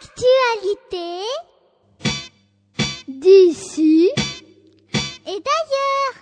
Actualité d'ici et d'ailleurs.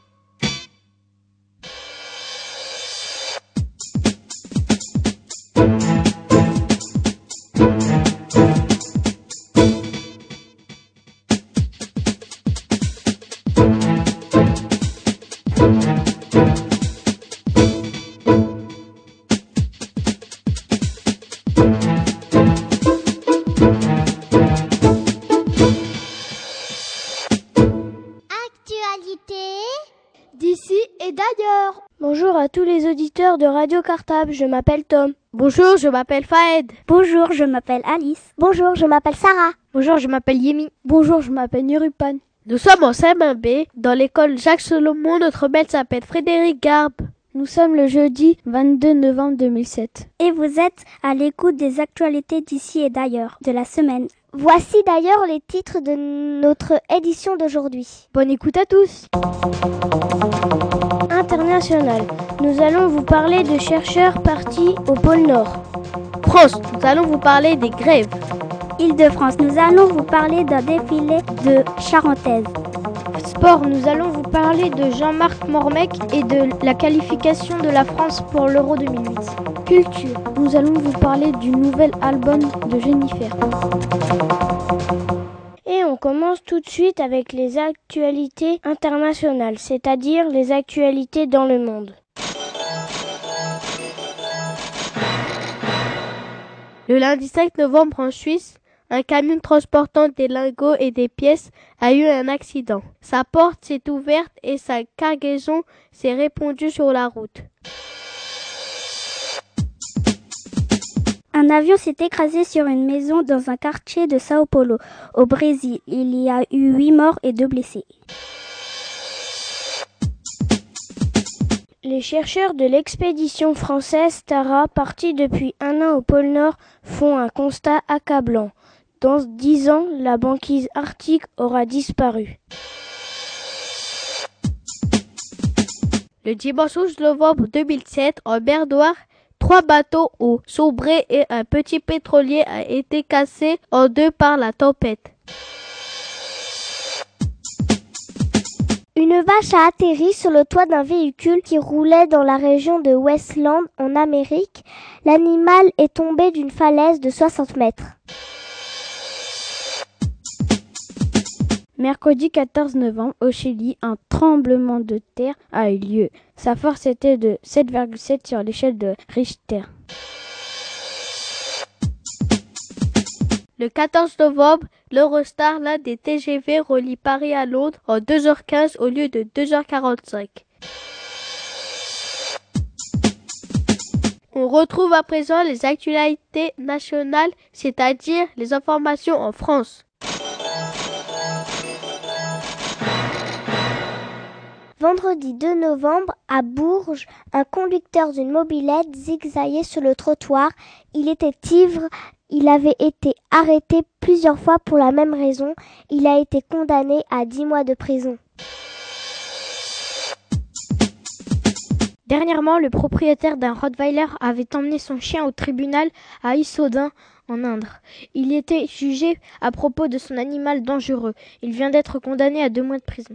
Actualité d'ici et d'ailleurs. Bonjour à tous les auditeurs de Radio Cartable, je m'appelle Tom. Bonjour, je m'appelle Fahed. Bonjour, je m'appelle Alice. Bonjour, je m'appelle Sarah. Bonjour, je m'appelle Yemi. Bonjour, je m'appelle Nirupan. Nous sommes en CM1B dans l'école Jacques Solomon. Notre maître s'appelle Frédéric Garbe. Nous sommes le jeudi 22 novembre 2007. Et vous êtes à l'écoute des actualités d'ici et d'ailleurs de la semaine. Voici d'ailleurs les titres de notre édition d'aujourd'hui. Bonne écoute à tous. International. Nous allons vous parler de chercheurs partis au pôle Nord. France, nous allons vous parler des grèves. Île-de-France, nous allons vous parler d'un défilé de charentaises. Sport, nous allons vous parler de Jean-Marc Mormec et de la qualification de la France pour l'Euro 2008. Culture, nous allons vous parler du nouvel album de Jennifer. Et on commence tout de suite avec les actualités internationales, c'est-à-dire les actualités dans le monde. Le lundi 5 novembre en Suisse, un camion transportant des lingots et des pièces a eu un accident. Sa porte s'est ouverte et sa cargaison s'est répandue sur la route. Un avion s'est écrasé sur une maison dans un quartier de Sao Paulo, au Brésil. Il y a eu 8 morts et 2 blessés. Les chercheurs de l'expédition française Tara, partis depuis un an au pôle Nord, font un constat accablant. Dans 10 ans, la banquise arctique aura disparu. Le dimanche 11 novembre 2007, en mer Noire, 3 bateaux ont sombré et un petit pétrolier a été cassé en deux par la tempête. Une vache a atterri sur le toit d'un véhicule qui roulait dans la région de Westland en Amérique. L'animal est tombé d'une falaise de 60 mètres. Mercredi 14 novembre, au Chili, un tremblement de terre a eu lieu. Sa force était de 7,7 sur l'échelle de Richter. Le 14 novembre, l'Eurostar, l'un des TGV, relie Paris à Londres en 2h15 au lieu de 2h45. On retrouve à présent les actualités nationales, c'est-à-dire les informations en France. Vendredi 2 novembre, à Bourges, un conducteur d'une mobilette zigzaguait sur le trottoir. Il était ivre. Il avait été arrêté plusieurs fois pour la même raison. Il a été condamné à 10 mois de prison. Dernièrement, le propriétaire d'un Rottweiler avait emmené son chien au tribunal à Issoudun, en Inde. Il était jugé à propos de son animal dangereux. Il vient d'être condamné à 2 mois de prison.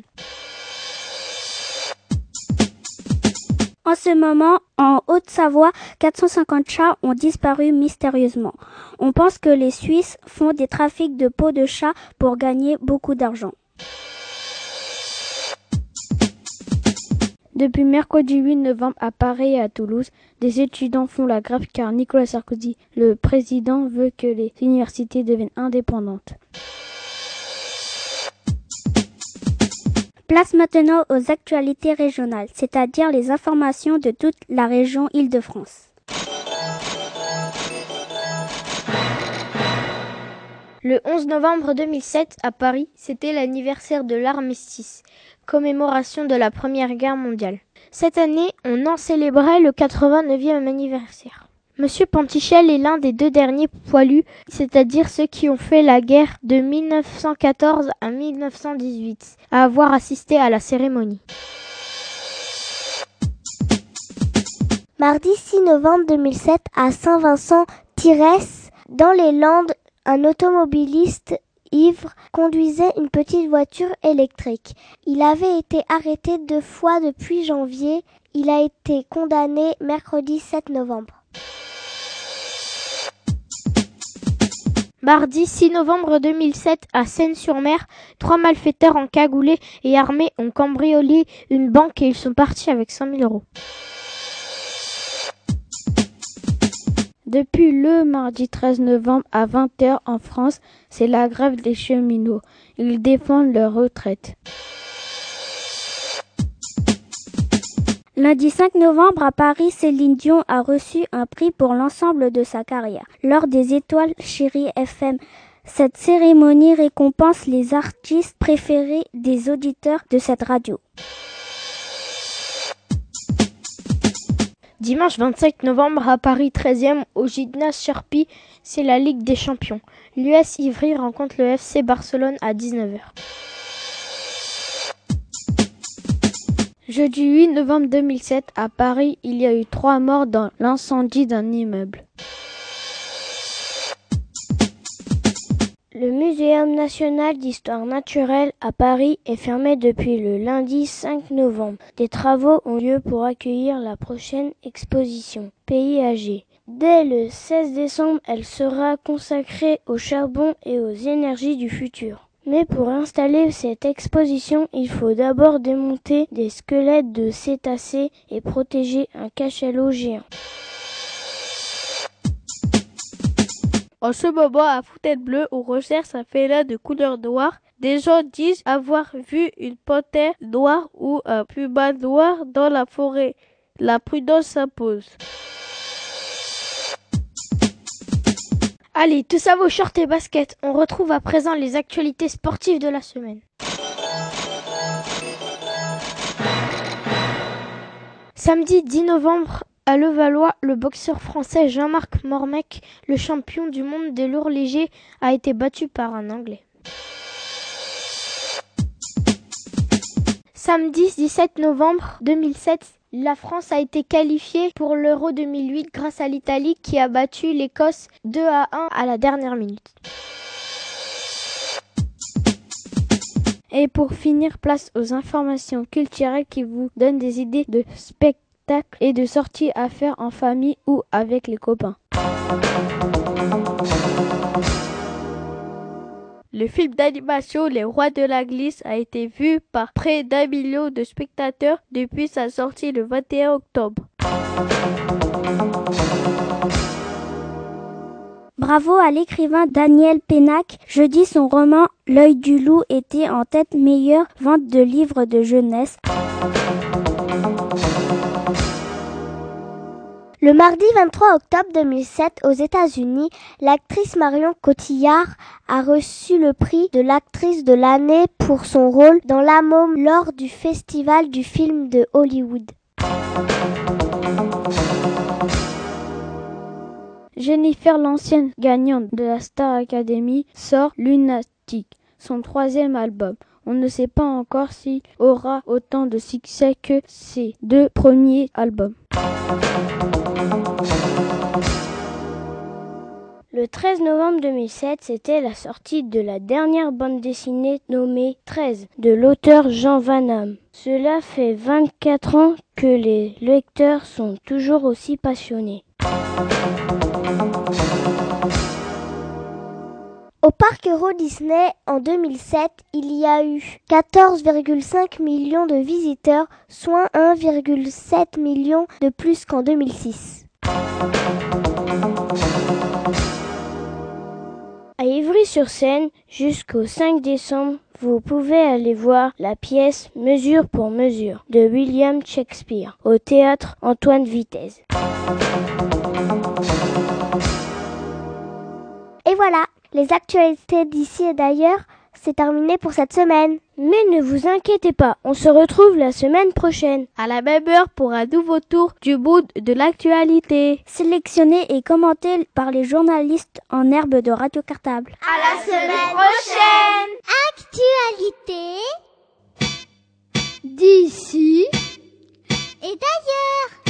En ce moment, en Haute-Savoie, 450 chats ont disparu mystérieusement. On pense que les Suisses font des trafics de peau de chat pour gagner beaucoup d'argent. Depuis mercredi 8 novembre à Paris et à Toulouse, des étudiants font la grève car Nicolas Sarkozy, le président, veut que les universités deviennent indépendantes. Place maintenant aux actualités régionales, c'est-à-dire les informations de toute la région Île-de-France. Le 11 novembre 2007, à Paris, c'était l'anniversaire de l'armistice, commémoration de la Première Guerre mondiale. Cette année, on en célébrait le 89e anniversaire. Monsieur Pantichel est l'un des 2 derniers poilus, c'est-à-dire ceux qui ont fait la guerre de 1914 à 1918, à avoir assisté à la cérémonie. Mardi 6 novembre 2007 à Saint-Vincent-Tirès, dans les Landes, un automobiliste ivre conduisait une petite voiture électrique. Il avait été arrêté 2 fois depuis janvier. Il a été condamné mercredi 7 novembre. Mardi 6 novembre 2007, à Seyne-sur-Mer, 3 malfaiteurs encagoulés et armés ont cambriolé une banque et ils sont partis avec 100 000 €. Depuis le mardi 13 novembre à 20h en France, c'est la grève des cheminots. Ils défendent leur retraite. Lundi 5 novembre à Paris, Céline Dion a reçu un prix pour l'ensemble de sa carrière. Lors des Étoiles Chérie FM, cette cérémonie récompense les artistes préférés des auditeurs de cette radio. Dimanche 25 novembre à Paris 13e au gymnase Cherpi, c'est la Ligue des Champions. L'US Ivry rencontre le FC Barcelone à 19h. Jeudi 8 novembre 2007, à Paris, il y a eu 3 morts dans l'incendie d'un immeuble. Le Muséum national d'histoire naturelle à Paris est fermé depuis le lundi 5 novembre. Des travaux ont lieu pour accueillir la prochaine exposition, Pays âgés. Dès le 16 décembre, elle sera consacrée au charbon et aux énergies du futur. Mais pour installer cette exposition, il faut d'abord démonter des squelettes de cétacés et protéger un cachalot géant. En ce moment, à Fontainebleau, on recherche un félin de couleur noire. Des gens disent avoir vu une panthère noire ou un puma noir dans la forêt. La prudence s'impose. Allez, tout ça vos shorts et baskets. On retrouve à présent les actualités sportives de la semaine. Samedi 10 novembre, à Levallois, le boxeur français Jean-Marc Mormec, le champion du monde des lourds légers, a été battu par un Anglais. Samedi 17 novembre 2007, la France a été qualifiée pour l'Euro 2008 grâce à l'Italie qui a battu l'Écosse 2-1 à la dernière minute. Et pour finir, place aux informations culturelles qui vous donnent des idées de spectacles et de sorties à faire en famille ou avec les copains. Le film d'animation Les Rois de la Glisse a été vu par près d'1 million de spectateurs depuis sa sortie le 21 octobre. Bravo à l'écrivain Daniel Pénac. Jeudi, son roman L'œil du loup était en tête meilleure vente de livres de jeunesse. Le mardi 23 octobre 2007, aux États-Unis, l'actrice Marion Cotillard a reçu le prix de l'actrice de l'année pour son rôle dans La Môme lors du festival du film de Hollywood. Jennifer, l'ancienne gagnante de la Star Academy, sort Lunatic, son 3e album. On ne sait pas encore s'il aura autant de succès que ses 2 premiers albums. Le 13 novembre 2007, c'était la sortie de la dernière bande dessinée nommée 13 de l'auteur Jean Van Damme. Cela fait 24 ans que les lecteurs sont toujours aussi passionnés. Au parc Euro Disney, en 2007, il y a eu 14,5 millions de visiteurs, soit 1,7 million de plus qu'en 2006. À Ivry-sur-Seine, jusqu'au 5 décembre, vous pouvez aller voir la pièce Mesure pour mesure de William Shakespeare au théâtre Antoine Vitez. Et voilà, les actualités d'ici et d'ailleurs, c'est terminé pour cette semaine. Mais ne vous inquiétez pas, on se retrouve la semaine prochaine, à la même heure pour un nouveau tour du monde de l'actualité. Sélectionné et commenté par les journalistes en herbe de Radio Cartable. À la semaine prochaine. Actualité d'ici et d'ailleurs.